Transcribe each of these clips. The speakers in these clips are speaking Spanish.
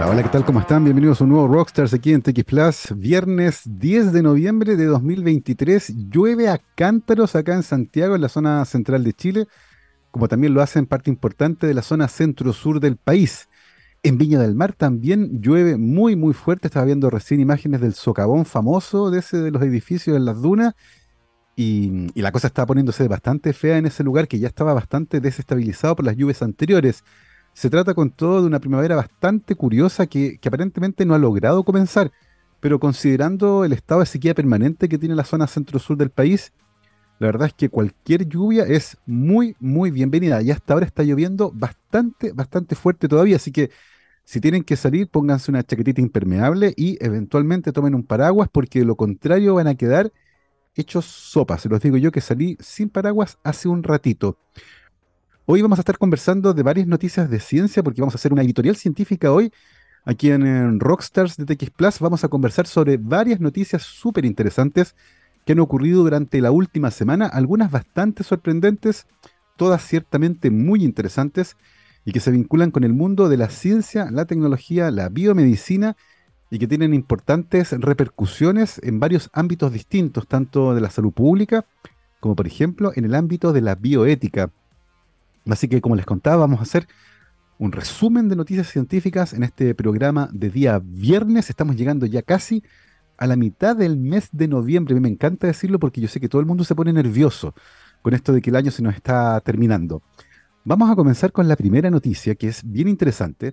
Hola, hola, ¿qué tal? ¿Cómo están? Bienvenidos a un nuevo Rockstars aquí en TX Plus. Viernes 10 de noviembre de 2023. Llueve a cántaros acá en Santiago, en la zona central de Chile, como también lo hace en parte importante de la zona centro-sur del país. En Viña del Mar también llueve muy, muy fuerte. Estaba viendo recién imágenes del socavón famoso de ese de los edificios en las dunas y la cosa estaba poniéndose bastante fea en ese lugar que ya estaba bastante desestabilizado por las lluvias anteriores. Se trata con todo de una primavera bastante curiosa que aparentemente no ha logrado comenzar, pero considerando el estado de sequía permanente que tiene la zona centro-sur del país, la verdad es que cualquier lluvia es muy, muy bienvenida. Y hasta ahora está lloviendo bastante, bastante fuerte todavía, así que si tienen que salir, pónganse una chaquetita impermeable y eventualmente tomen un paraguas, porque de lo contrario van a quedar hechos sopa. Se los digo yo que salí sin paraguas hace un ratito. Hoy vamos a estar conversando de varias noticias de ciencia porque vamos a hacer una editorial científica hoy. Aquí en Rockstars de TX Plus vamos a conversar sobre varias noticias súper interesantes que han ocurrido durante la última semana, algunas bastante sorprendentes, todas ciertamente muy interesantes y que se vinculan con el mundo de la ciencia, la tecnología, la biomedicina y que tienen importantes repercusiones en varios ámbitos distintos, tanto de la salud pública como por ejemplo en el ámbito de la bioética. Así que como les contaba, vamos a hacer un resumen de noticias científicas en este programa de día viernes. Estamos llegando ya casi a la mitad del mes de noviembre. A mí me encanta decirlo porque yo sé que todo el mundo se pone nervioso con esto de que el año se nos está terminando. Vamos a comenzar con la primera noticia, que es bien interesante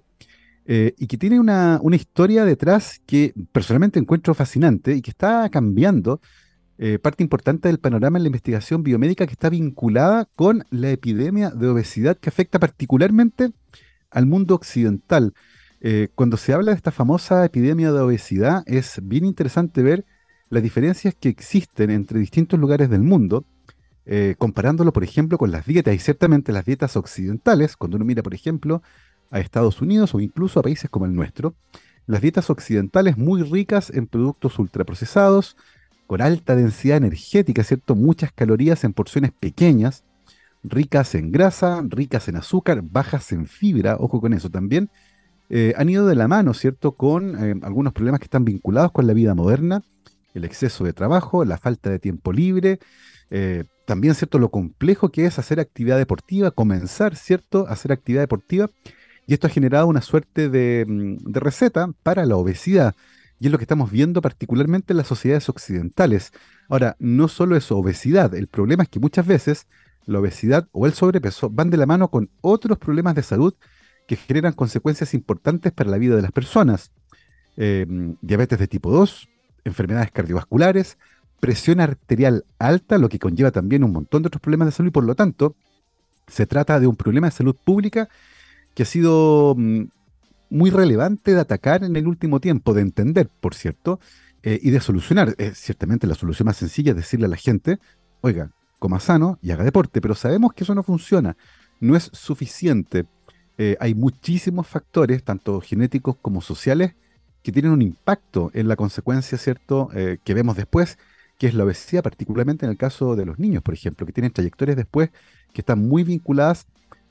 y que tiene una historia detrás que personalmente encuentro fascinante y que está cambiando parte importante del panorama en la investigación biomédica que está vinculada con la epidemia de obesidad que afecta particularmente al mundo occidental. Cuando se habla de esta famosa epidemia de obesidad, es bien interesante ver las diferencias que existen entre distintos lugares del mundo, comparándolo, por ejemplo, con las dietas, y ciertamente las dietas occidentales, cuando uno mira, por ejemplo, a Estados Unidos o incluso a países como el nuestro, las dietas occidentales muy ricas en productos ultraprocesados, con alta densidad energética, ¿cierto? Muchas calorías en porciones pequeñas, ricas en grasa, ricas en azúcar, bajas en fibra, ojo con eso también, han ido de la mano, ¿cierto? Con algunos problemas que están vinculados con la vida moderna, el exceso de trabajo, la falta de tiempo libre, también, ¿cierto? Lo complejo que es hacer actividad deportiva, comenzar, ¿cierto? A hacer actividad deportiva, y esto ha generado una suerte de receta para la obesidad. Y es lo que estamos viendo particularmente en las sociedades occidentales. Ahora, no solo es obesidad, el problema es que muchas veces la obesidad o el sobrepeso van de la mano con otros problemas de salud que generan consecuencias importantes para la vida de las personas. Diabetes de tipo 2, enfermedades cardiovasculares, presión arterial alta, lo que conlleva también un montón de otros problemas de salud y por lo tanto se trata de un problema de salud pública que ha sido muy relevante de atacar en el último tiempo, de entender, por cierto, y de solucionar. Ciertamente la solución más sencilla es decirle a la gente, oiga, coma sano y haga deporte, pero sabemos que eso no funciona, no es suficiente. Hay muchísimos factores, tanto genéticos como sociales, que tienen un impacto en la consecuencia, ¿cierto?, que vemos después, que es la obesidad, particularmente en el caso de los niños, por ejemplo, que tienen trayectorias después que están muy vinculadas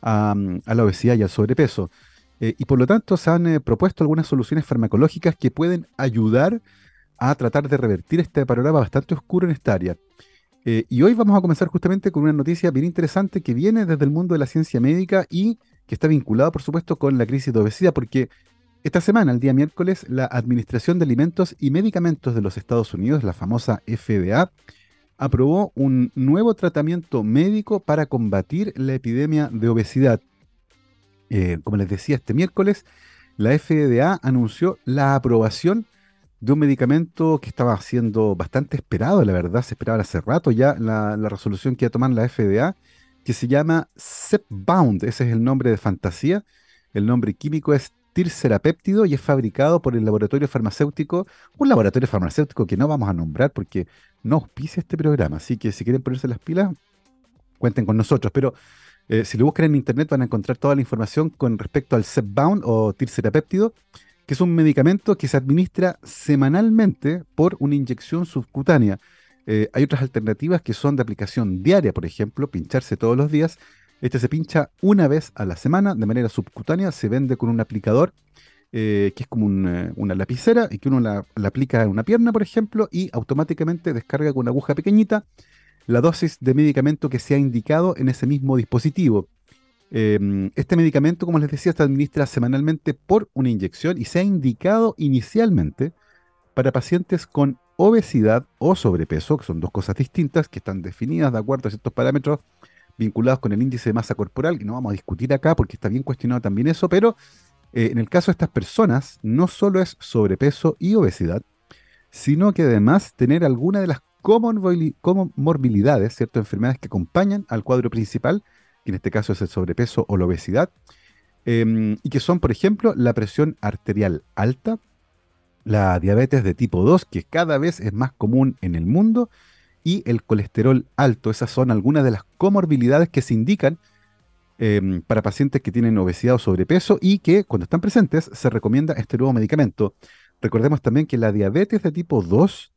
a la obesidad y al sobrepeso. Y por lo tanto se han propuesto algunas soluciones farmacológicas que pueden ayudar a tratar de revertir este panorama bastante oscuro en esta área. Y hoy vamos a comenzar justamente con una noticia bien interesante que viene desde el mundo de la ciencia médica y que está vinculada, por supuesto, con la crisis de obesidad, porque esta semana, el día miércoles, la Administración de Alimentos y Medicamentos de los Estados Unidos, la famosa FDA, aprobó un nuevo tratamiento médico para combatir la epidemia de obesidad. Como les decía, este miércoles la FDA anunció la aprobación de un medicamento que estaba siendo bastante esperado, la verdad, se esperaba hace rato ya la resolución que iba a tomar la FDA, que se llama Zepbound, ese es el nombre de fantasía, el nombre químico es tirserapéptido y es fabricado por el laboratorio farmacéutico, un laboratorio farmacéutico que no vamos a nombrar porque no auspicia este programa, así que si quieren ponerse las pilas, cuenten con nosotros, pero si lo buscan en internet van a encontrar toda la información con respecto al Zepbound o tirserapéptido, que es un medicamento que se administra semanalmente por una inyección subcutánea. Hay otras alternativas que son de aplicación diaria, por ejemplo, pincharse todos los días. Este se pincha una vez a la semana de manera subcutánea, se vende con un aplicador que es como una lapicera y que uno la aplica en una pierna, por ejemplo, y automáticamente descarga con una aguja pequeñita la dosis de medicamento que se ha indicado en ese mismo dispositivo. Este medicamento, como les decía, se administra semanalmente por una inyección y se ha indicado inicialmente para pacientes con obesidad o sobrepeso, que son dos cosas distintas, que están definidas de acuerdo a ciertos parámetros vinculados con el índice de masa corporal, que no vamos a discutir acá porque está bien cuestionado también eso, pero en el caso de estas personas, no solo es sobrepeso y obesidad, sino que además tener alguna de las comorbilidades, ¿cierto? Enfermedades que acompañan al cuadro principal, que en este caso es el sobrepeso o la obesidad, y que son, por ejemplo, la presión arterial alta, la diabetes de tipo 2, que cada vez es más común en el mundo, y el colesterol alto. Esas son algunas de las comorbilidades que se indican para pacientes que tienen obesidad o sobrepeso y que cuando están presentes se recomienda este nuevo medicamento. Recordemos también que la diabetes de tipo 2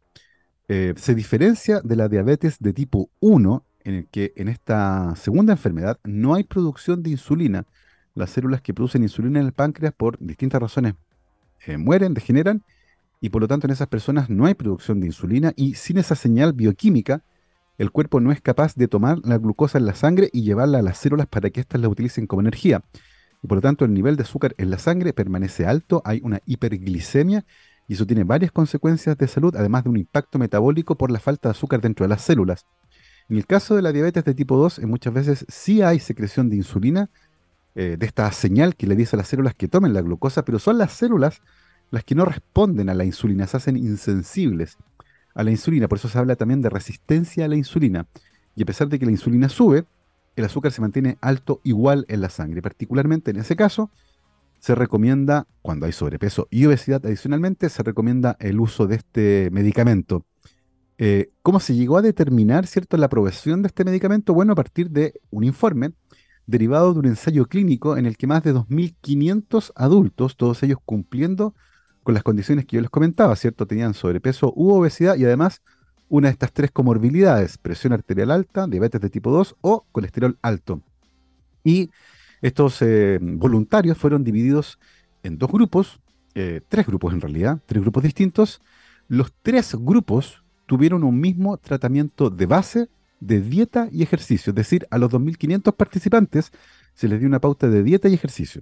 se diferencia de la diabetes de tipo 1, en el que en esta segunda enfermedad no hay producción de insulina. Las células que producen insulina en el páncreas por distintas razones mueren, degeneran, y por lo tanto en esas personas no hay producción de insulina y sin esa señal bioquímica el cuerpo no es capaz de tomar la glucosa en la sangre y llevarla a las células para que éstas la utilicen como energía. Y por lo tanto, el nivel de azúcar en la sangre permanece alto, hay una hiperglicemia y eso tiene varias consecuencias de salud, además de un impacto metabólico por la falta de azúcar dentro de las células. En el caso de la diabetes de tipo 2, muchas veces sí hay secreción de insulina, de esta señal que le dice a las células que tomen la glucosa, pero son las células las que no responden a la insulina, se hacen insensibles a la insulina. Por eso se habla también de resistencia a la insulina. Y a pesar de que la insulina sube, el azúcar se mantiene alto igual en la sangre. Particularmente en ese caso, se recomienda, cuando hay sobrepeso y obesidad adicionalmente, se recomienda el uso de este medicamento. ¿Cómo se llegó a determinar, cierto, la aprobación de este medicamento? Bueno, a partir de un informe derivado de un ensayo clínico en el que más de 2.500 adultos, todos ellos cumpliendo con las condiciones que yo les comentaba, ¿cierto? Tenían sobrepeso u obesidad y además una de estas tres comorbilidades, presión arterial alta, diabetes de tipo 2 o colesterol alto. Y estos voluntarios fueron divididos en dos grupos, tres grupos en realidad, tres grupos distintos. Los tres grupos tuvieron un mismo tratamiento de base de dieta y ejercicio, es decir, a los 2.500 participantes se les dio una pauta de dieta y ejercicio.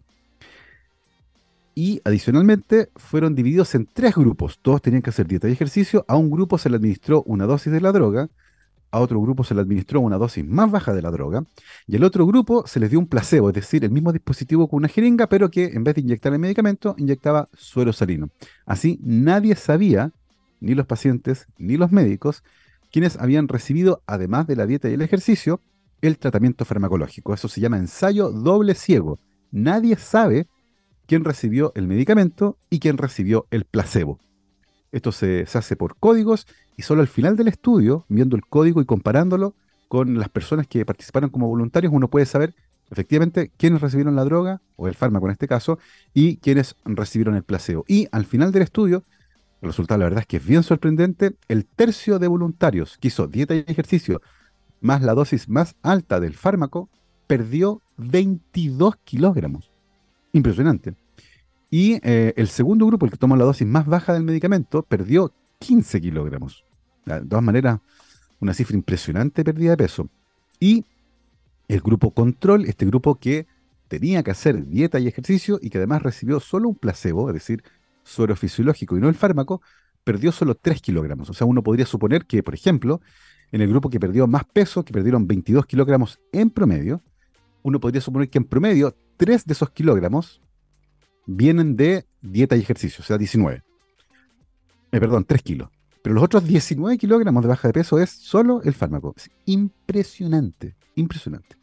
Y adicionalmente fueron divididos en tres grupos, todos tenían que hacer dieta y ejercicio, a un grupo se le administró una dosis de la droga, a otro grupo se le administró una dosis más baja de la droga, y al otro grupo se les dio un placebo, es decir, el mismo dispositivo con una jeringa, pero que en vez de inyectar el medicamento, inyectaba suero salino. Así, nadie sabía, ni los pacientes, ni los médicos, quienes habían recibido, además de la dieta y el ejercicio, el tratamiento farmacológico. Eso se llama ensayo doble ciego. Nadie sabe quién recibió el medicamento y quién recibió el placebo. Esto se hace por códigos y solo al final del estudio, viendo el código y comparándolo con las personas que participaron como voluntarios, uno puede saber efectivamente quiénes recibieron la droga, o el fármaco en este caso, y quiénes recibieron el placebo. Y al final del estudio, el resultado la verdad es que es bien sorprendente, el tercio de voluntarios que hizo dieta y ejercicio más la dosis más alta del fármaco, perdió 22 kilogramos. Impresionante. Y el segundo grupo, el que tomó la dosis más baja del medicamento, perdió 15 kilogramos. De todas maneras, una cifra impresionante de pérdida de peso. Y el grupo control, este grupo que tenía que hacer dieta y ejercicio y que además recibió solo un placebo, es decir, suero fisiológico y no el fármaco, perdió solo 3 kilogramos. O sea, uno podría suponer que, por ejemplo, en el grupo que perdió más peso, que perdieron 22 kilogramos en promedio, uno podría suponer que en promedio 3 de esos kilogramos vienen de dieta y ejercicio, o sea, 19. Perdón, 3 kilos. Pero los otros 19 kilogramos de baja de peso es solo el fármaco. Es impresionante, impresionante.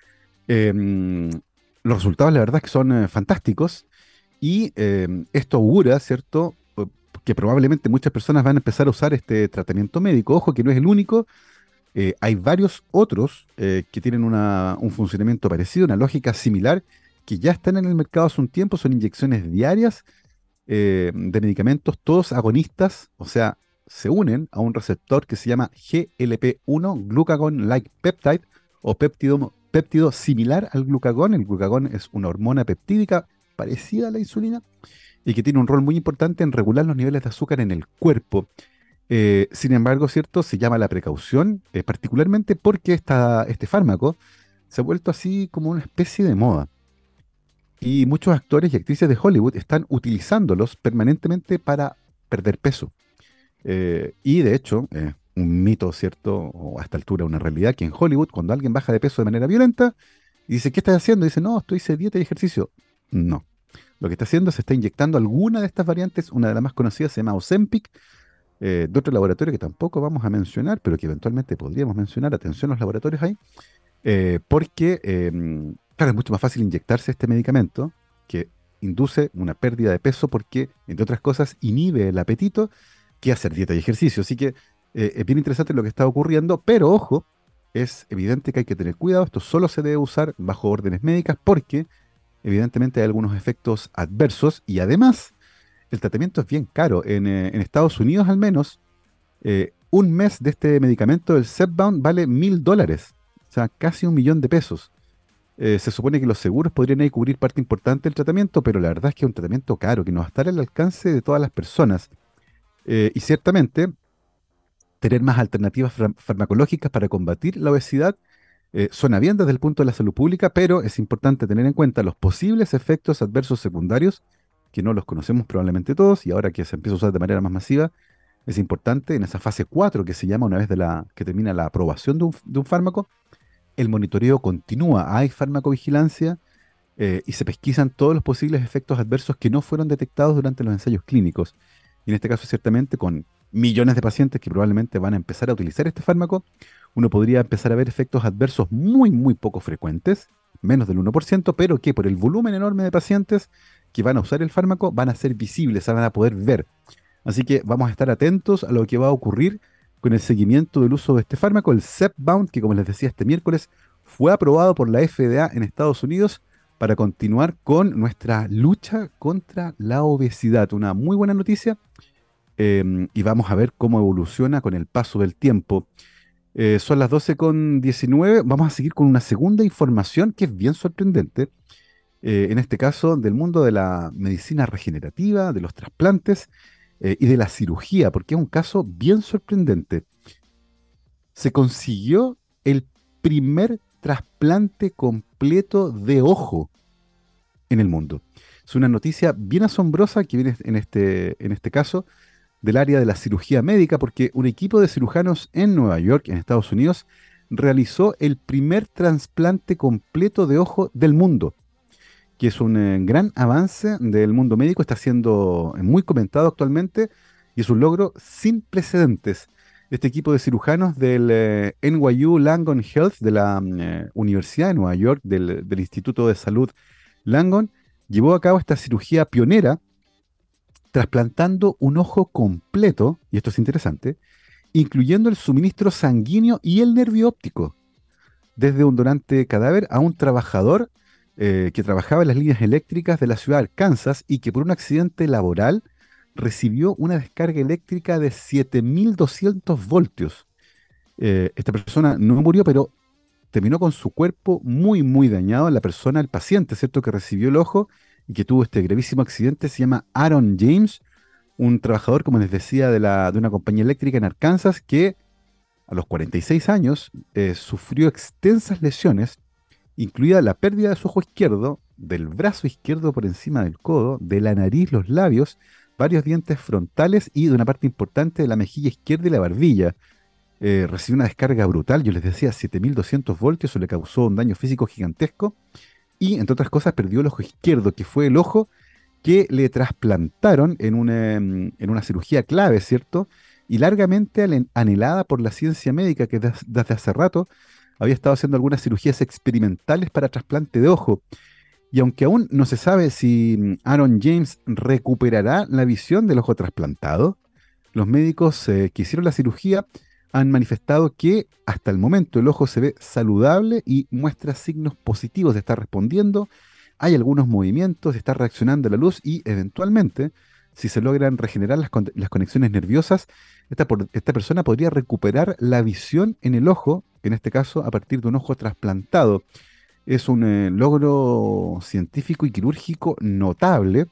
Em, los resultados, la verdad, es que son fantásticos y esto augura, ¿cierto? Que probablemente muchas personas van a empezar a usar este tratamiento médico. Ojo que no es el único. Hay varios otros que tienen un funcionamiento parecido, una lógica similar, que ya están en el mercado hace un tiempo. Son inyecciones diarias de medicamentos, todos agonistas, o sea, se unen a un receptor que se llama GLP-1, Glucagon-like peptide, o péptido similar al glucagón. El glucagón es una hormona peptídica parecida a la insulina y que tiene un rol muy importante en regular los niveles de azúcar en el cuerpo. Sin embargo, ¿cierto? Se llama la precaución, particularmente porque este fármaco se ha vuelto así como una especie de moda. Y muchos actores y actrices de Hollywood están utilizándolos permanentemente para perder peso. Y de hecho, un mito, ¿cierto? O a esta altura una realidad, que en Hollywood, cuando alguien baja de peso de manera violenta, y dice, ¿qué estás haciendo? Dice, no, estoy hice dieta y ejercicio. No. Lo que está haciendo es se está inyectando alguna de estas variantes, una de las más conocidas se llama Ozempic, de otro laboratorio que tampoco vamos a mencionar, pero que eventualmente podríamos mencionar, atención a los laboratorios ahí, porque, claro, es mucho más fácil inyectarse este medicamento que induce una pérdida de peso porque, entre otras cosas, inhibe el apetito que hacer dieta y ejercicio. Así que es bien interesante lo que está ocurriendo, pero ojo, es evidente que hay que tener cuidado. Esto solo se debe usar bajo órdenes médicas porque evidentemente hay algunos efectos adversos y además el tratamiento es bien caro. En Estados Unidos al menos, un mes de este medicamento, el Zepbound, vale $1.000, o sea, casi 1.000.000 de pesos. Se supone que los seguros podrían ahí cubrir parte importante del tratamiento, pero la verdad es que es un tratamiento caro, que no va a estar al alcance de todas las personas. Y ciertamente, tener más alternativas farmacológicas para combatir la obesidad suena bien desde el punto de la salud pública, pero es importante tener en cuenta los posibles efectos adversos secundarios, que no los conocemos probablemente todos, y ahora que se empieza a usar de manera más masiva, es importante en esa fase 4 que se llama una vez que termina la aprobación de un fármaco, el monitoreo continúa, hay farmacovigilancia y se pesquisan todos los posibles efectos adversos que no fueron detectados durante los ensayos clínicos. Y en este caso, ciertamente, con millones de pacientes que probablemente van a empezar a utilizar este fármaco, uno podría empezar a ver efectos adversos muy, muy poco frecuentes, menos del 1%, pero que por el volumen enorme de pacientes que van a usar el fármaco van a ser visibles, se van a poder ver. Así que vamos a estar atentos a lo que va a ocurrir con el seguimiento del uso de este fármaco, el Zepbound, que como les decía este miércoles fue aprobado por la FDA en Estados Unidos para continuar con nuestra lucha contra la obesidad. Una muy buena noticia y vamos a ver cómo evoluciona con el paso del tiempo. Son las 12:19. Vamos a seguir con una segunda información que es bien sorprendente. En este caso, del mundo de la medicina regenerativa, de los trasplantes y de la cirugía, porque es un caso bien sorprendente. Se consiguió el primer trasplante completo de ojo en el mundo. Es una noticia bien asombrosa que viene en este caso del área de la cirugía médica, porque un equipo de cirujanos en Nueva York, en Estados Unidos, realizó el primer trasplante completo de ojo del mundo, que es un gran avance del mundo médico, está siendo muy comentado actualmente y es un logro sin precedentes. Este equipo de cirujanos del NYU Langone Health, de la Universidad de Nueva York, del Instituto de Salud Langone, llevó a cabo esta cirugía pionera trasplantando un ojo completo, y esto es interesante, incluyendo el suministro sanguíneo y el nervio óptico, desde un donante cadáver a un trabajador que trabajaba en las líneas eléctricas de la ciudad de Arkansas y que por un accidente laboral recibió una descarga eléctrica de 7.200 voltios. Esta persona no murió, pero terminó con su cuerpo muy, muy dañado. La persona, el paciente, ¿cierto?, que recibió el ojo y que tuvo este gravísimo accidente se llama Aaron James, un trabajador, como les decía, de una compañía eléctrica en Arkansas que a los 46 años sufrió extensas lesiones, incluida la pérdida de su ojo izquierdo, del brazo izquierdo por encima del codo, de la nariz, los labios, varios dientes frontales y de una parte importante de la mejilla izquierda y la barbilla. Recibió una descarga brutal, yo les decía, 7.200 voltios, eso le causó un daño físico gigantesco y, entre otras cosas, perdió el ojo izquierdo, que fue el ojo que le trasplantaron en una cirugía clave, ¿cierto? Y largamente anhelada por la ciencia médica, que desde hace rato había estado haciendo algunas cirugías experimentales para trasplante de ojo. Y aunque aún no se sabe si Aaron James recuperará la visión del ojo trasplantado, los médicos que hicieron la cirugía han manifestado que hasta el momento el ojo se ve saludable y muestra signos positivos de estar respondiendo. Hay algunos movimientos, está reaccionando a la luz y eventualmente, si se logran regenerar las conexiones nerviosas, esta persona podría recuperar la visión en el ojo, en este caso a partir de un ojo trasplantado. Es un logro científico y quirúrgico notable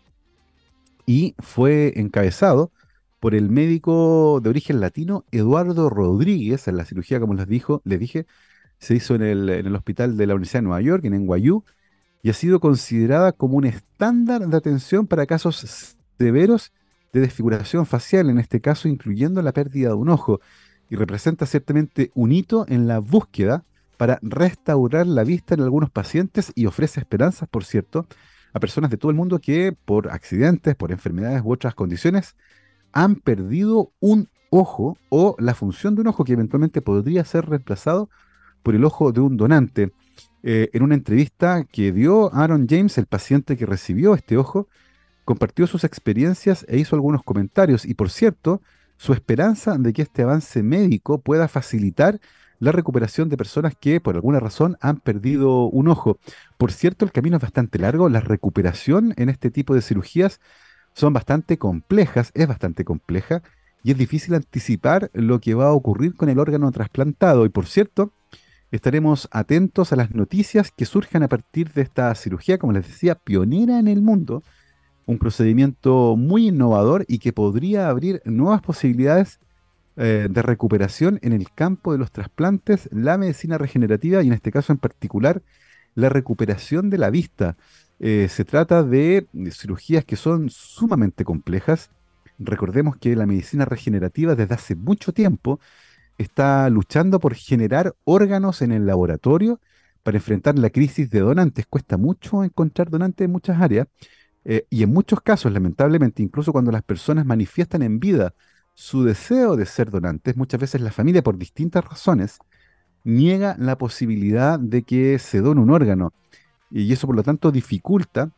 y fue encabezado por el médico de origen latino Eduardo Rodríguez. En la cirugía, como les dije, se hizo en el hospital de la Universidad de Nueva York, en NYU, y ha sido considerada como un estándar de atención para casos severos de desfiguración facial, en este caso incluyendo la pérdida de un ojo, y representa ciertamente un hito en la búsqueda para restaurar la vista en algunos pacientes y ofrece esperanzas, por cierto, a personas de todo el mundo que por accidentes, por enfermedades u otras condiciones han perdido un ojo o la función de un ojo que eventualmente podría ser reemplazado por el ojo de un donante. En una entrevista que dio Aaron James, el paciente que recibió este ojo, compartió sus experiencias e hizo algunos comentarios. Y por cierto, su esperanza de que este avance médico pueda facilitar la recuperación de personas que por alguna razón han perdido un ojo. Por cierto, el camino es bastante largo. La recuperación en este tipo de cirugías son bastante complejas, es bastante compleja y es difícil anticipar lo que va a ocurrir con el órgano trasplantado. Y por cierto, estaremos atentos a las noticias que surjan a partir de esta cirugía, como les decía, pionera en el mundo, un procedimiento muy innovador y que podría abrir nuevas posibilidades de recuperación en el campo de los trasplantes, la medicina regenerativa y en este caso en particular la recuperación de la vista. Se trata de cirugías que son sumamente complejas. Recordemos que la medicina regenerativa desde hace mucho tiempo está luchando por generar órganos en el laboratorio para enfrentar la crisis de donantes. Cuesta mucho encontrar donantes en muchas áreas y en muchos casos, lamentablemente, incluso cuando las personas manifiestan en vida su deseo de ser donantes, muchas veces la familia, por distintas razones, niega la posibilidad de que se done un órgano. Y eso, por lo tanto, dificulta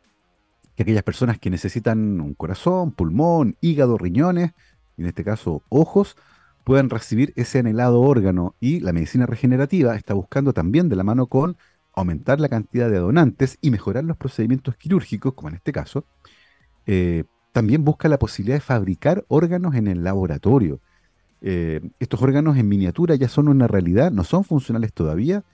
que aquellas personas que necesitan un corazón, pulmón, hígado, riñones, y en este caso ojos, puedan recibir ese anhelado órgano. Y la medicina regenerativa está buscando también de la mano con aumentar la cantidad de donantes y mejorar los procedimientos quirúrgicos, como en este caso, también busca la posibilidad de fabricar órganos en el laboratorio. Estos órganos en miniatura ya son una realidad, no son funcionales todavía.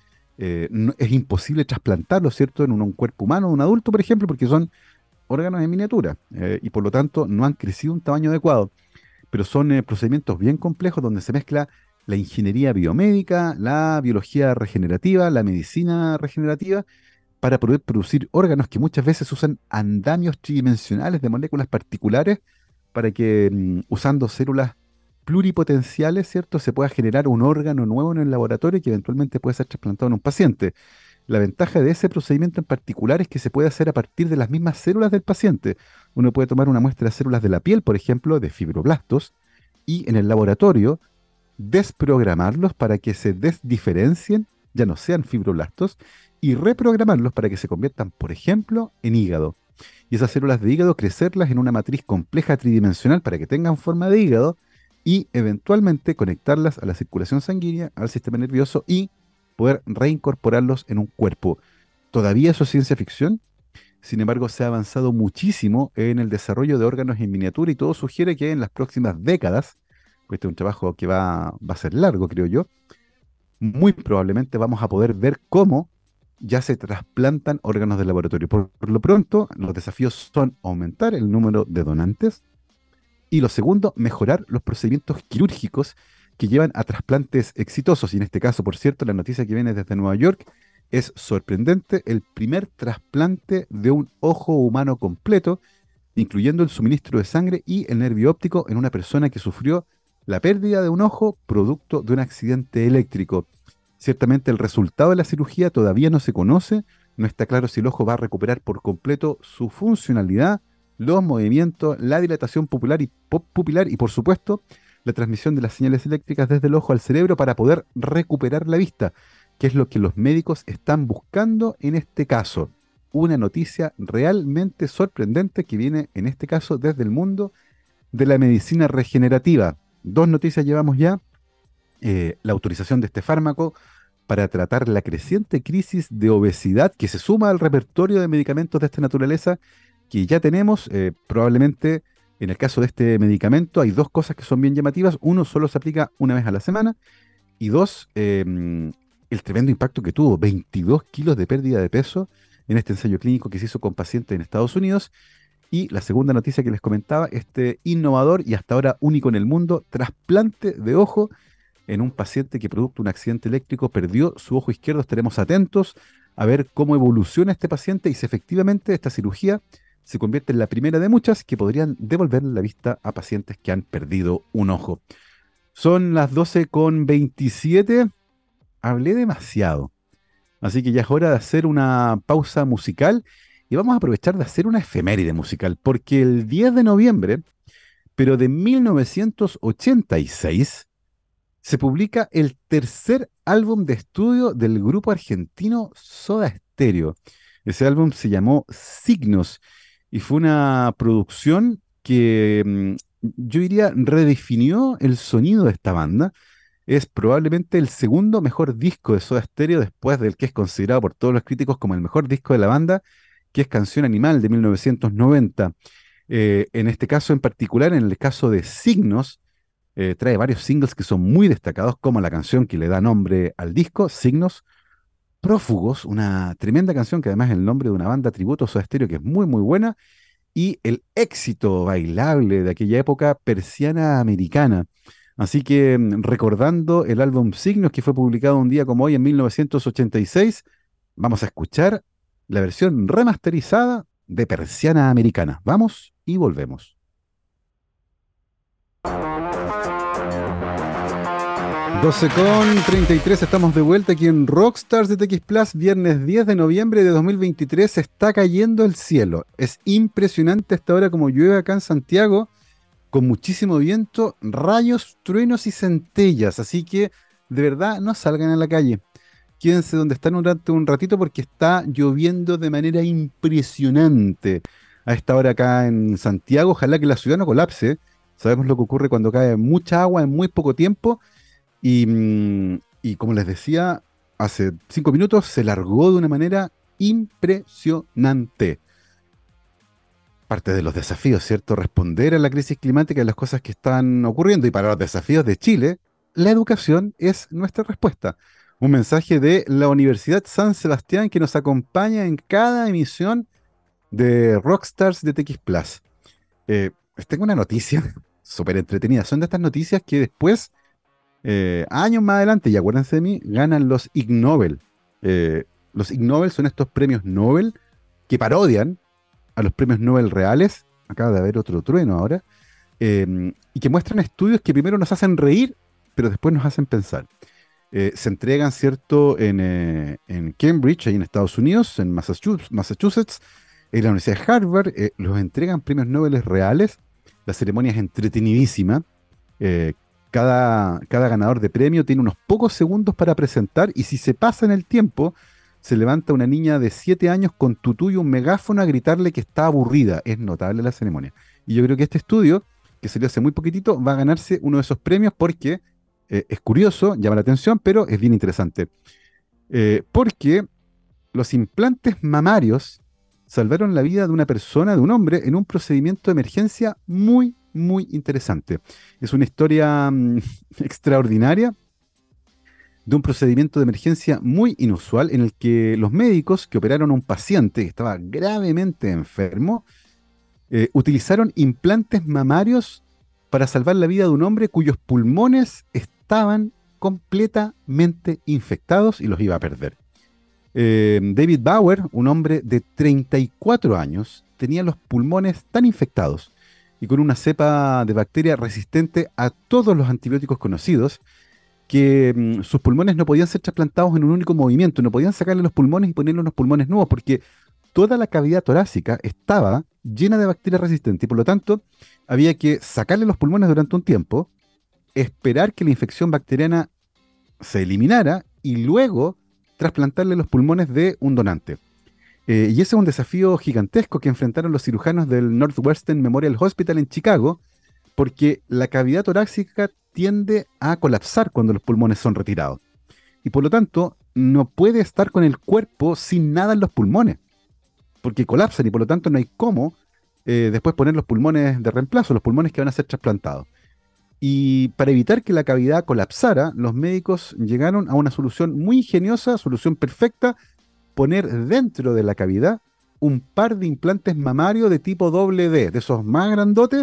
Es imposible trasplantarlos, ¿cierto?, en un cuerpo humano, de un adulto, por ejemplo, porque son órganos en miniatura y por lo tanto no han crecido a un tamaño adecuado. Pero son procedimientos bien complejos donde se mezcla la ingeniería biomédica, la biología regenerativa, la medicina regenerativa para poder producir órganos que muchas veces usan andamios tridimensionales de moléculas particulares para que usando células pluripotenciales, ¿cierto?, se pueda generar un órgano nuevo en el laboratorio que eventualmente puede ser trasplantado en un paciente. La ventaja de ese procedimiento en particular es que se puede hacer a partir de las mismas células del paciente. Uno puede tomar una muestra de células de la piel, por ejemplo, de fibroblastos, y en el laboratorio desprogramarlos para que se desdiferencien, ya no sean fibroblastos, y reprogramarlos para que se conviertan, por ejemplo, en hígado. Y esas células de hígado crecerlas en una matriz compleja tridimensional para que tengan forma de hígado y eventualmente conectarlas a la circulación sanguínea, al sistema nervioso y poder reincorporarlos en un cuerpo. Todavía eso es ciencia ficción, sin embargo se ha avanzado muchísimo en el desarrollo de órganos en miniatura y todo sugiere que en las próximas décadas, pues este es un trabajo que va a ser largo, creo yo, muy probablemente vamos a poder ver cómo ya se trasplantan órganos del laboratorio. Por lo pronto, los desafíos son aumentar el número de donantes y lo segundo, mejorar los procedimientos quirúrgicos que llevan a trasplantes exitosos. Y en este caso, por cierto, la noticia que viene desde Nueva York es sorprendente. El primer trasplante de un ojo humano completo, incluyendo el suministro de sangre y el nervio óptico en una persona que sufrió la pérdida de un ojo producto de un accidente eléctrico. Ciertamente el resultado de la cirugía todavía no se conoce, no está claro si el ojo va a recuperar por completo su funcionalidad, los movimientos, la dilatación pupilar y por supuesto la transmisión de las señales eléctricas desde el ojo al cerebro para poder recuperar la vista, que es lo que los médicos están buscando en este caso. Una noticia realmente sorprendente que viene en este caso desde el mundo de la medicina regenerativa. Dos noticias llevamos ya. La autorización de este fármaco para tratar la creciente crisis de obesidad que se suma al repertorio de medicamentos de esta naturaleza que ya tenemos. Probablemente en el caso de este medicamento hay dos cosas que son bien llamativas. Uno, solo se aplica una vez a la semana y dos, el tremendo impacto que tuvo, 22 kilos de pérdida de peso en este ensayo clínico que se hizo con pacientes en Estados Unidos. Y la segunda noticia que les comentaba, este innovador y hasta ahora único en el mundo, trasplante de ojo en un paciente que producto de un accidente eléctrico perdió su ojo izquierdo. Estaremos atentos a ver cómo evoluciona este paciente y si efectivamente esta cirugía se convierte en la primera de muchas que podrían devolver la vista a pacientes que han perdido un ojo. Son las 12:27. Hablé demasiado, así que ya es hora de hacer una pausa musical y vamos a aprovechar de hacer una efeméride musical, porque el 10 de noviembre, pero de 1986, se publica el tercer álbum de estudio del grupo argentino Soda Stereo. Ese álbum se llamó Signos y fue una producción que yo diría redefinió el sonido de esta banda. Es probablemente el segundo mejor disco de Soda Stereo después del que es considerado por todos los críticos como el mejor disco de la banda, que es Canción Animal de 1990. En este caso en particular, en el caso de Signos, trae varios singles que son muy destacados, como la canción que le da nombre al disco, Signos, Prófugos, una tremenda canción que además es el nombre de una banda tributo a Soda Stereo que es muy muy buena, y el éxito bailable de aquella época, Persiana Americana. Así que recordando el álbum Signos que fue publicado un día como hoy en 1986, vamos a escuchar la versión remasterizada de Persiana Americana. Vamos y volvemos. 12:33, estamos de vuelta aquí en Rockstars de TX Plus, viernes 10 de noviembre de 2023. Está cayendo el cielo. Es impresionante esta hora como llueve acá en Santiago, con muchísimo viento, rayos, truenos y centellas. Así que de verdad no salgan a la calle. Quédense donde están un ratito porque está lloviendo de manera impresionante a esta hora acá en Santiago. Ojalá que la ciudad no colapse. Sabemos lo que ocurre cuando cae mucha agua en muy poco tiempo y como les decía, hace 5 minutos se largó de una manera impresionante. Parte de los desafíos, ¿cierto? Responder a la crisis climática y las cosas que están ocurriendo. Y para los desafíos de Chile, la educación es nuestra respuesta. Un mensaje de la Universidad San Sebastián que nos acompaña en cada emisión de Rockstars de TX Plus. Les tengo una noticia súper entretenida. Son de estas noticias que después años más adelante, y acuérdense de mí, ganan los Ig Nobel. Los Ig Nobel son estos premios Nobel que parodian a los premios Nobel reales. Acaba de haber otro trueno ahora. Y que muestran estudios que primero nos hacen reír, pero después nos hacen pensar. Se entregan, ¿cierto?, en Cambridge, ahí en Estados Unidos, en Massachusetts, en la Universidad de Harvard. Los entregan premios Nobel reales. La ceremonia es entretenidísima. Eh, cada ganador de premio tiene unos pocos segundos para presentar y si se pasa en el tiempo, se levanta una niña de 7 años con tutú y un megáfono a gritarle que está aburrida. Es notable la ceremonia. Y yo creo que este estudio, que salió hace muy poquitito, va a ganarse uno de esos premios porque es curioso, llama la atención, pero es bien interesante. Porque los implantes mamarios salvaron la vida de una persona, de un hombre, en un procedimiento de emergencia muy, muy interesante. Es una historia extraordinaria de un procedimiento de emergencia muy inusual en el que los médicos que operaron a un paciente que estaba gravemente enfermo utilizaron implantes mamarios para salvar la vida de un hombre cuyos pulmones estaban completamente infectados y los iba a perder. David Bauer, un hombre de 34 años, tenía los pulmones tan infectados y con una cepa de bacteria resistente a todos los antibióticos conocidos que sus pulmones no podían ser trasplantados en un único movimiento, no podían sacarle los pulmones y ponerle unos pulmones nuevos porque toda la cavidad torácica estaba llena de bacterias resistentes y por lo tanto había que sacarle los pulmones durante un tiempo, esperar que la infección bacteriana se eliminara y luego trasplantarle los pulmones de un donante. Y ese es un desafío gigantesco que enfrentaron los cirujanos del Northwestern Memorial Hospital en Chicago, porque la cavidad torácica tiende a colapsar cuando los pulmones son retirados. Y por lo tanto, no puede estar con el cuerpo sin nada en los pulmones, porque colapsan y por lo tanto no hay cómo después poner los pulmones de reemplazo, los pulmones que van a ser trasplantados. Y para evitar que la cavidad colapsara, los médicos llegaron a una solución muy ingeniosa, solución perfecta: poner dentro de la cavidad un par de implantes mamarios de tipo doble D, de esos más grandotes,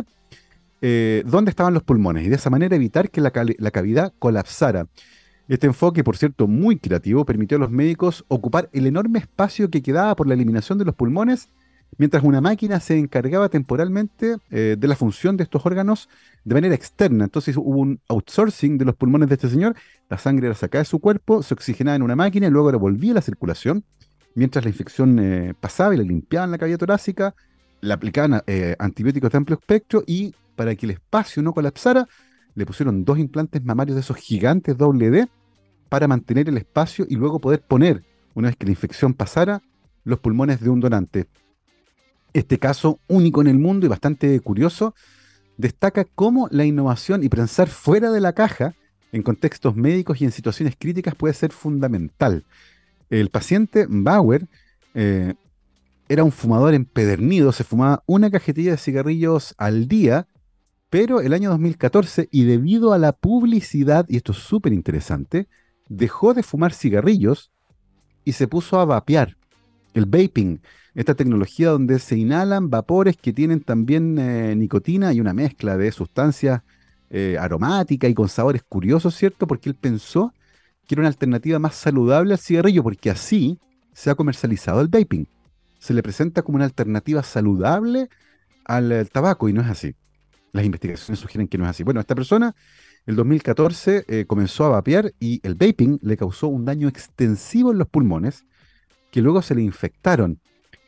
donde estaban los pulmones, y de esa manera evitar que la cavidad colapsara. Este enfoque, por cierto, muy creativo, permitió a los médicos ocupar el enorme espacio que quedaba por la eliminación de los pulmones, mientras una máquina se encargaba temporalmente de la función de estos órganos de manera externa. Entonces hubo un outsourcing de los pulmones de este señor. La sangre era sacada de su cuerpo, se oxigenaba en una máquina y luego volvía a la circulación, mientras la infección pasaba y le limpiaban la cavidad torácica, le aplicaban antibióticos de amplio espectro, y para que el espacio no colapsara, le pusieron dos implantes mamarios de esos gigantes doble D para mantener el espacio y luego poder poner, una vez que la infección pasara, los pulmones de un donante. Este caso, único en el mundo y bastante curioso, destaca cómo la innovación y pensar fuera de la caja en contextos médicos y en situaciones críticas puede ser fundamental. El paciente Bauer eh, era un fumador empedernido, se fumaba una cajetilla de cigarrillos al día, pero el año 2014, y debido a la publicidad, y esto es súper interesante, dejó de fumar cigarrillos y se puso a vapear. El vaping, esta tecnología donde se inhalan vapores que tienen también nicotina y una mezcla de sustancias aromáticas y con sabores curiosos, ¿cierto? Porque él pensó que era una alternativa más saludable al cigarrillo, porque así se ha comercializado el vaping. Se le presenta como una alternativa saludable al tabaco, y no es así. Las investigaciones sugieren que no es así. Bueno, esta persona, el 2014, comenzó a vapear, y el vaping le causó un daño extensivo en los pulmones, que luego se le infectaron,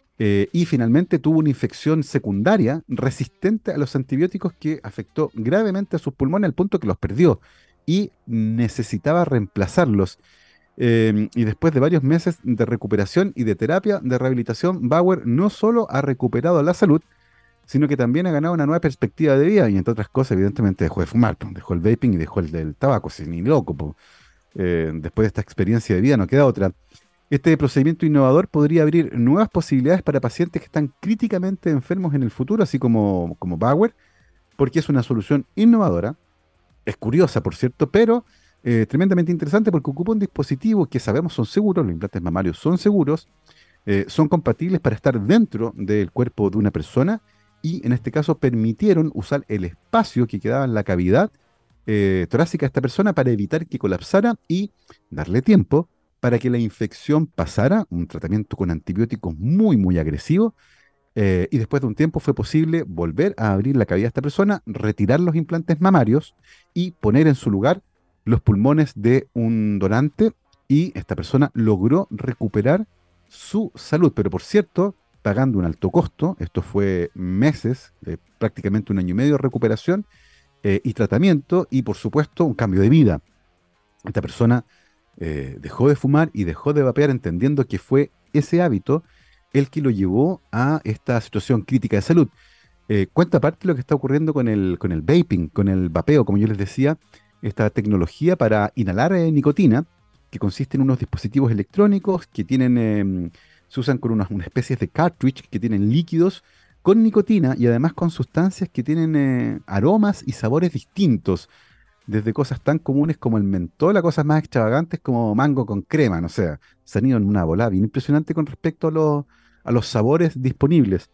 y finalmente tuvo una infección secundaria resistente a los antibióticos que afectó gravemente a sus pulmones al punto que los perdió y necesitaba reemplazarlos. Y después de varios meses de recuperación y de terapia de rehabilitación, Bauer no solo ha recuperado la salud, sino que también ha ganado una nueva perspectiva de vida, y entre otras cosas, evidentemente dejó de fumar, pues, dejó el vaping y dejó el del tabaco, si ni loco, pues. Después de esta experiencia de vida no queda otra. Este procedimiento innovador podría abrir nuevas posibilidades para pacientes que están críticamente enfermos en el futuro, así como Bauer, porque es una solución innovadora. Es curiosa, por cierto, pero tremendamente interesante, porque ocupa un dispositivo que sabemos son seguros, los implantes mamarios son seguros, son compatibles para estar dentro del cuerpo de una persona, y en este caso permitieron usar el espacio que quedaba en la cavidad torácica de esta persona para evitar que colapsara y darle tiempo para que la infección pasara, un tratamiento con antibióticos muy, muy agresivo, y después de un tiempo fue posible volver a abrir la cavidad de esta persona, retirar los implantes mamarios y poner en su lugar los pulmones de un donante, y esta persona logró recuperar su salud, pero por cierto, pagando un alto costo. Esto fue meses, prácticamente un año y medio de recuperación y tratamiento, y por supuesto un cambio de vida. Esta persona dejó de fumar y dejó de vapear, entendiendo que fue ese hábito el que lo llevó a esta situación crítica de salud. Cuenta aparte lo que está ocurriendo con el vaping, con el vapeo, como yo les decía, esta tecnología para inhalar nicotina, que consiste en unos dispositivos electrónicos que tienen, se usan con unas especies de cartridge que tienen líquidos con nicotina, y además con sustancias que tienen aromas y sabores distintos, desde cosas tan comunes como el mentol a cosas más extravagantes como mango con crema, no sé, se han ido en una volada bien impresionante con respecto a los sabores disponibles.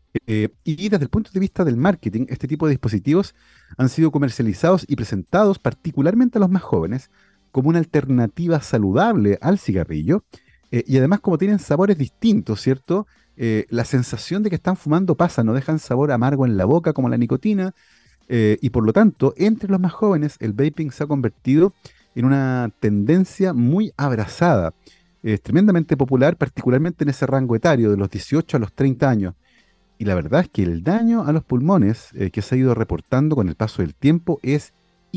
Y desde el punto de vista del marketing, este tipo de dispositivos han sido comercializados y presentados particularmente a los más jóvenes como una alternativa saludable al cigarrillo, y además como tienen sabores distintos, ¿cierto? La sensación de que están fumando pasa, no dejan sabor amargo en la boca como la nicotina, y por lo tanto, entre los más jóvenes, el vaping se ha convertido en una tendencia muy abrazada. Es tremendamente popular, particularmente en ese rango etario, de los 18 a los 30 años. Y la verdad es que el daño a los pulmones que se ha ido reportando con el paso del tiempo es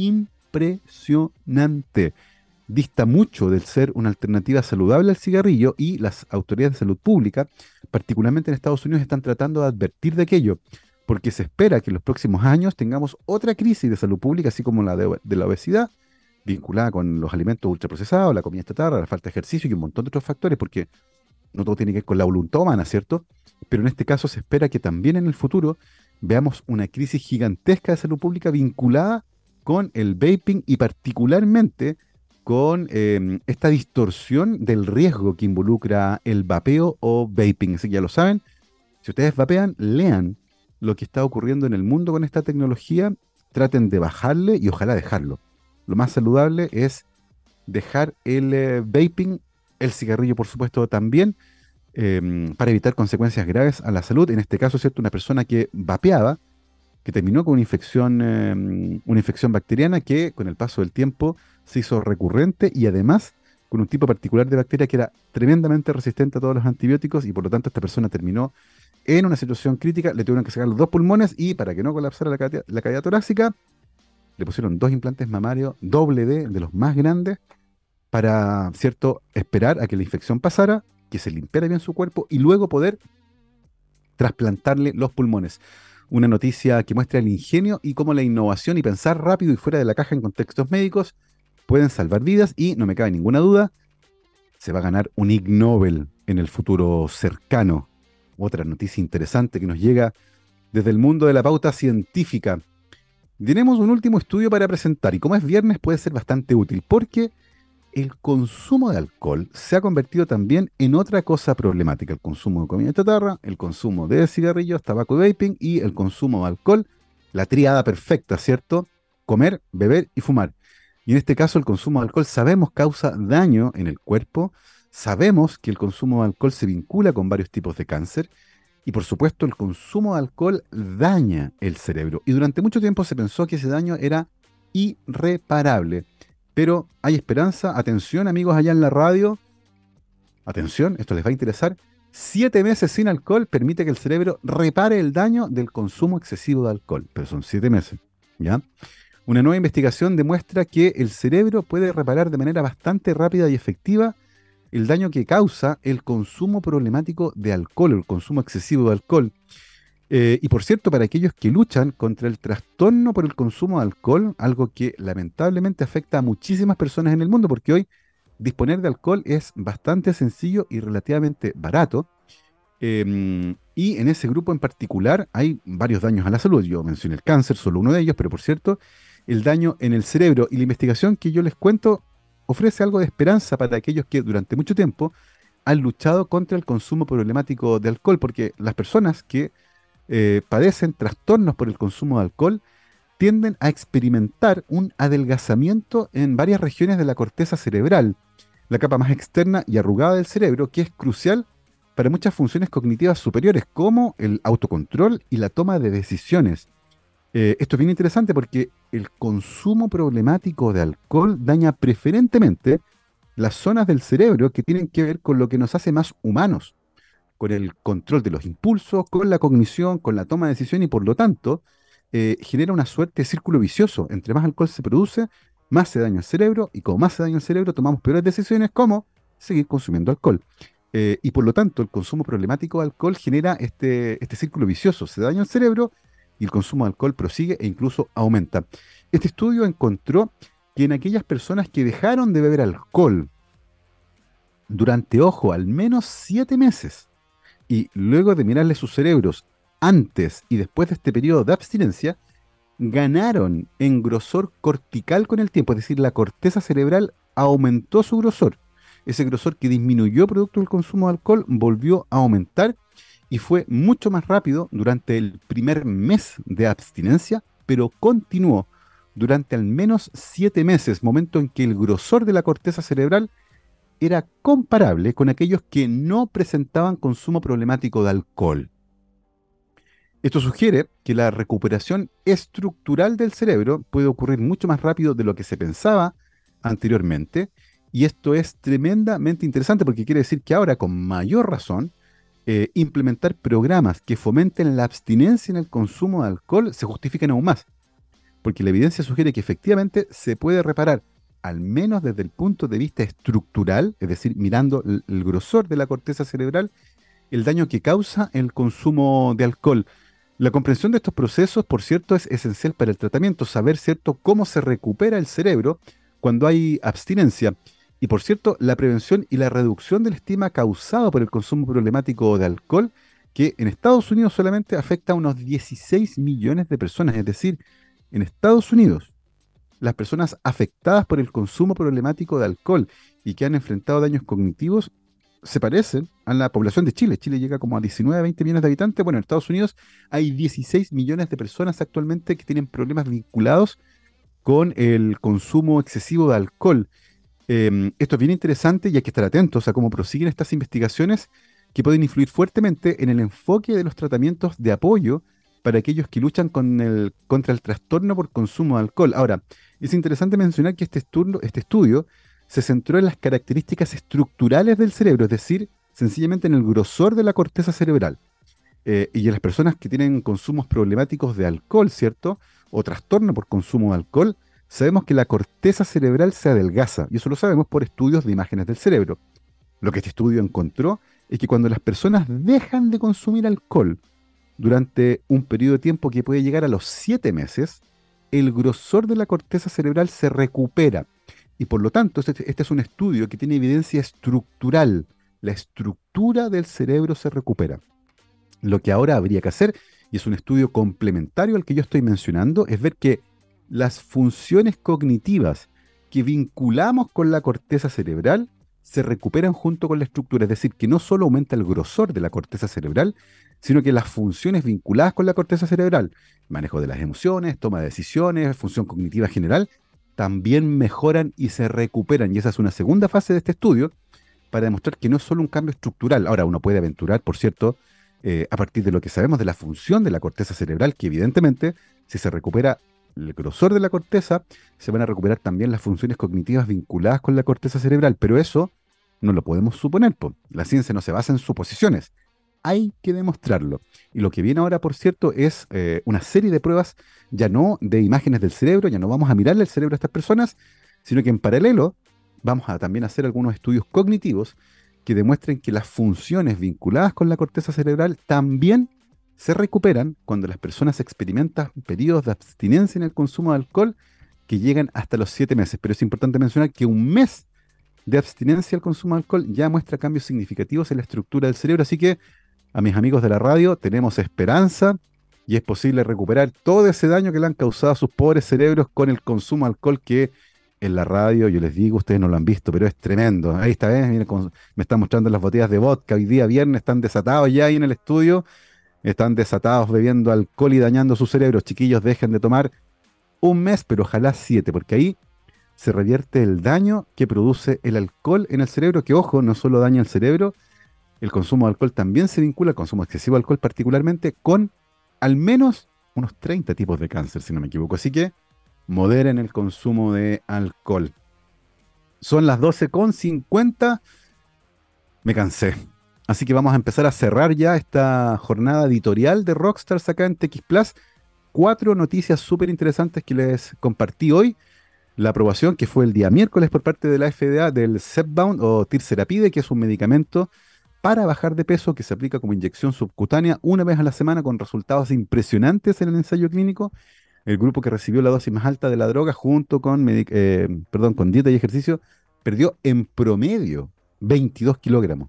impresionante. Dista mucho del ser una alternativa saludable al cigarrillo, y las autoridades de salud pública, particularmente en Estados Unidos, están tratando de advertir de aquello, porque se espera que en los próximos años tengamos otra crisis de salud pública, así como la de la obesidad, vinculada con los alimentos ultraprocesados, la comida chatarra, la falta de ejercicio y un montón de otros factores, porque no todo tiene que ver con la voluntad humana, ¿cierto? Pero en este caso se espera que también en el futuro veamos una crisis gigantesca de salud pública vinculada con el vaping y particularmente con esta distorsión del riesgo que involucra el vapeo o vaping. Así que ya lo saben, si ustedes vapean, lean lo que está ocurriendo en el mundo con esta tecnología, traten de bajarle y ojalá dejarlo. Lo más saludable es dejar el vaping, el cigarrillo por supuesto también, para evitar consecuencias graves a la salud. En este caso, ¿cierto? Una persona que vapeaba, que terminó con una infección bacteriana que con el paso del tiempo se hizo recurrente y además con un tipo particular de bacteria que era tremendamente resistente a todos los antibióticos y por lo tanto esta persona terminó en una situación crítica, le tuvieron que sacar los dos pulmones y para que no colapsara la cavidad torácica, le pusieron dos implantes mamarios doble D de los más grandes para, ¿cierto?, esperar a que la infección pasara, que se limpiara bien su cuerpo y luego poder trasplantarle los pulmones. Una noticia que muestra el ingenio y cómo la innovación y pensar rápido y fuera de la caja en contextos médicos pueden salvar vidas y, no me cabe ninguna duda, se va a ganar un Ig Nobel en el futuro cercano. Otra noticia interesante que nos llega desde el mundo de la pauta científica. Tenemos un último estudio para presentar y como es viernes puede ser bastante útil porque el consumo de alcohol se ha convertido también en otra cosa problemática. El consumo de comida chatarra, el consumo de cigarrillos, tabaco y vaping y el consumo de alcohol, la tríada perfecta, ¿cierto? Comer, beber y fumar. Y en este caso el consumo de alcohol sabemos causa daño en el cuerpo, sabemos que el consumo de alcohol se vincula con varios tipos de cáncer y por supuesto el consumo de alcohol daña el cerebro. Y durante mucho tiempo se pensó que ese daño era irreparable. Pero hay esperanza, atención amigos allá en la radio, atención, esto les va a interesar. 7 meses sin alcohol permite que el cerebro repare el daño del consumo excesivo de alcohol, pero son 7 meses, ¿ya? Una nueva investigación demuestra que el cerebro puede reparar de manera bastante rápida y efectiva el daño que causa el consumo problemático de alcohol, el consumo excesivo de alcohol. Y por cierto, para aquellos que luchan contra el trastorno por el consumo de alcohol, algo que lamentablemente afecta a muchísimas personas en el mundo, porque hoy disponer de alcohol es bastante sencillo y relativamente barato. Y en ese grupo en particular hay varios daños a la salud. Yo mencioné el cáncer, solo uno de ellos, pero por cierto, el daño en el cerebro y la investigación que yo les cuento ofrece algo de esperanza para aquellos que durante mucho tiempo han luchado contra el consumo problemático de alcohol, porque las personas que padecen trastornos por el consumo de alcohol tienden a experimentar un adelgazamiento en varias regiones de la corteza cerebral, la capa más externa y arrugada del cerebro, que es crucial para muchas funciones cognitivas superiores, como el autocontrol y la toma de decisiones. Esto es bien interesante porque el consumo problemático de alcohol daña preferentemente las zonas del cerebro que tienen que ver con lo que nos hace más humanos, con el control de los impulsos, con la cognición, con la toma de decisión y por lo tanto genera una suerte de círculo vicioso. Entre más alcohol se produce, más se daña el cerebro y como más se daña el cerebro, tomamos peores decisiones como seguir consumiendo alcohol. Y por lo tanto, el consumo problemático de alcohol genera este círculo vicioso. Se daña el cerebro y el consumo de alcohol prosigue e incluso aumenta. Este estudio encontró que en aquellas personas que dejaron de beber alcohol durante, ojo, al menos 7 meses, y luego de mirarle sus cerebros antes y después de este periodo de abstinencia, ganaron en grosor cortical con el tiempo, es decir, la corteza cerebral aumentó su grosor. Ese grosor que disminuyó producto del consumo de alcohol volvió a aumentar y fue mucho más rápido durante el primer mes de abstinencia, pero continuó durante al menos 7 meses, momento en que el grosor de la corteza cerebral era comparable con aquellos que no presentaban consumo problemático de alcohol. Esto sugiere que la recuperación estructural del cerebro puede ocurrir mucho más rápido de lo que se pensaba anteriormente, y esto es tremendamente interesante porque quiere decir que ahora, con mayor razón, implementar programas que fomenten la abstinencia en el consumo de alcohol se justifican aún más, porque la evidencia sugiere que efectivamente se puede reparar, al menos desde el punto de vista estructural, es decir, mirando el grosor de la corteza cerebral, el daño que causa el consumo de alcohol. La comprensión de estos procesos, por cierto, es esencial para el tratamiento, saber, cierto, cómo se recupera el cerebro cuando hay abstinencia. Y por cierto, la prevención y la reducción del estigma causado por el consumo problemático de alcohol, que en Estados Unidos solamente afecta a unos 16 millones de personas, es decir, en Estados Unidos, las personas afectadas por el consumo problemático de alcohol y que han enfrentado daños cognitivos se parecen a la población de Chile. Chile llega como a 19, 20 millones de habitantes. Bueno, en Estados Unidos hay 16 millones de personas actualmente que tienen problemas vinculados con el consumo excesivo de alcohol. Esto es bien interesante y hay que estar atentos a cómo prosiguen estas investigaciones que pueden influir fuertemente en el enfoque de los tratamientos de apoyo para aquellos que luchan contra el trastorno por consumo de alcohol. Ahora, es interesante mencionar que este estudio se centró en las características estructurales del cerebro, es decir, sencillamente en el grosor de la corteza cerebral. Y en las personas que tienen consumos problemáticos de alcohol, ¿cierto? O trastorno por consumo de alcohol, sabemos que la corteza cerebral se adelgaza, y eso lo sabemos por estudios de imágenes del cerebro. Lo que este estudio encontró es que cuando las personas dejan de consumir alcohol durante un periodo de tiempo que puede llegar a los 7 meses, el grosor de la corteza cerebral se recupera. Y por lo tanto, este es un estudio que tiene evidencia estructural. La estructura del cerebro se recupera. Lo que ahora habría que hacer, y es un estudio complementario al que yo estoy mencionando, es ver que las funciones cognitivas que vinculamos con la corteza cerebral se recuperan junto con la estructura. Es decir, que no solo aumenta el grosor de la corteza cerebral, sino que las funciones vinculadas con la corteza cerebral, manejo de las emociones, toma de decisiones, función cognitiva general, también mejoran y se recuperan. Y esa es una segunda fase de este estudio para demostrar que no es solo un cambio estructural. Ahora, uno puede aventurar, por cierto, a partir de lo que sabemos de la función de la corteza cerebral, que evidentemente, si se recupera el grosor de la corteza, se van a recuperar también las funciones cognitivas vinculadas con la corteza cerebral, pero eso no lo podemos suponer, po. La ciencia no se basa en suposiciones, hay que demostrarlo. Y lo que viene ahora, por cierto, es una serie de pruebas, ya no de imágenes del cerebro, ya no vamos a mirarle el cerebro a estas personas, sino que en paralelo vamos a también hacer algunos estudios cognitivos que demuestren que las funciones vinculadas con la corteza cerebral también se recuperan cuando las personas experimentan periodos de abstinencia en el consumo de alcohol que llegan hasta los 7 meses. Pero es importante mencionar que un mes de abstinencia al consumo de alcohol ya muestra cambios significativos en la estructura del cerebro. Así que a mis amigos de la radio tenemos esperanza y es posible recuperar todo ese daño que le han causado a sus pobres cerebros con el consumo de alcohol que en la radio, yo les digo, ustedes no lo han visto, pero es tremendo. Ahí está, ¿ves? Miren cómo me están mostrando las botellas de vodka. Hoy día viernes están desatados ya ahí en el estudio. Están desatados bebiendo alcohol y dañando su cerebro. Chiquillos, dejen de tomar un mes, pero ojalá 7, porque ahí se revierte el daño que produce el alcohol en el cerebro, que ojo, no solo daña el cerebro, el consumo de alcohol también se vincula, el consumo excesivo de alcohol particularmente, con al menos unos 30 tipos de cáncer, si no me equivoco. Así que moderen el consumo de alcohol. Son las 12:50, me cansé. Así que vamos a empezar a cerrar ya esta jornada editorial de Rockstars acá en TX Plus. 4 noticias súper interesantes que les compartí hoy. La aprobación que fue el día miércoles por parte de la FDA del Zepbound o Tirserapide, que es un medicamento para bajar de peso que se aplica como inyección subcutánea una vez a la semana con resultados impresionantes en el ensayo clínico. El grupo que recibió la dosis más alta de la droga junto con, con dieta y ejercicio perdió en promedio 22 kilogramos.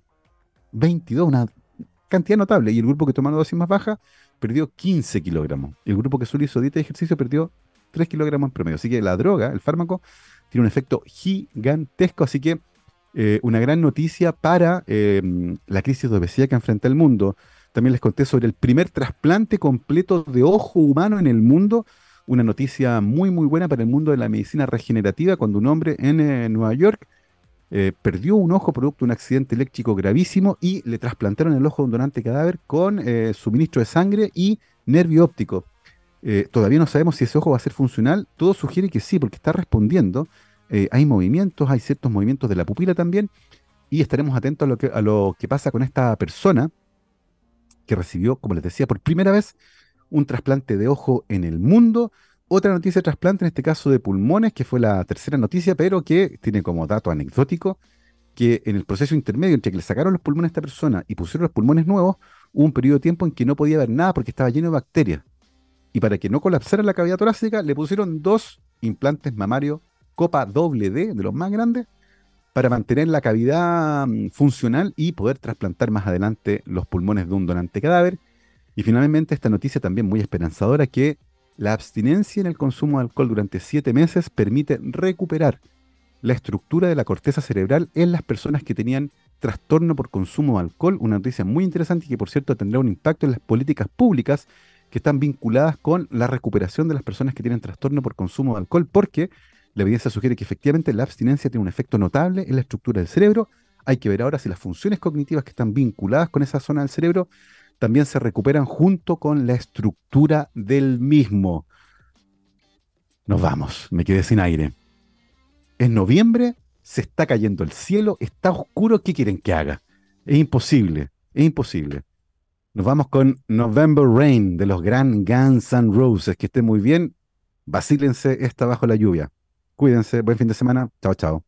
22, una cantidad notable. Y el grupo que tomó la dosis más baja perdió 15 kilogramos. Y el grupo que solo hizo dieta y ejercicio perdió 3 kilogramos en promedio. Así que la droga, el fármaco, tiene un efecto gigantesco. Así que una gran noticia para la crisis de obesidad que enfrenta el mundo. También les conté sobre el primer trasplante completo de ojo humano en el mundo. Una noticia muy, muy buena para el mundo de la medicina regenerativa, cuando un hombre en Nueva York perdió un ojo producto de un accidente eléctrico gravísimo y le trasplantaron el ojo de un donante cadáver con suministro de sangre y nervio óptico. Todavía no sabemos si ese ojo va a ser funcional. Todo sugiere que sí, porque está respondiendo. Hay movimientos, hay ciertos movimientos de la pupila también, y estaremos atentos a lo que pasa con esta persona que recibió, como les decía, por primera vez un trasplante de ojo en el mundo. Otra noticia de trasplante, en este caso de pulmones, que fue la tercera noticia, pero que tiene como dato anecdótico que en el proceso intermedio entre que le sacaron los pulmones a esta persona y pusieron los pulmones nuevos, hubo un periodo de tiempo en que no podía ver nada porque estaba lleno de bacterias. Y para que no colapsara la cavidad torácica, le pusieron 2 implantes mamarios copa doble D, de los más grandes, para mantener la cavidad funcional y poder trasplantar más adelante los pulmones de un donante cadáver. Y finalmente esta noticia también muy esperanzadora, que La abstinencia en el consumo de alcohol durante 7 meses permite recuperar la estructura de la corteza cerebral en las personas que tenían trastorno por consumo de alcohol. Una noticia muy interesante y que, por cierto, tendrá un impacto en las políticas públicas que están vinculadas con la recuperación de las personas que tienen trastorno por consumo de alcohol, porque la evidencia sugiere que efectivamente la abstinencia tiene un efecto notable en la estructura del cerebro. Hay que ver ahora si las funciones cognitivas que están vinculadas con esa zona del cerebro también se recuperan junto con la estructura del mismo. Nos vamos, me quedé sin aire. Es noviembre, se está cayendo el cielo, está oscuro, ¿qué quieren que haga? Es imposible, es imposible. Nos vamos con November Rain de los gran Guns N' Roses. Que esté muy bien, vacílense esta bajo la lluvia. Cuídense, buen fin de semana. Chao, chao.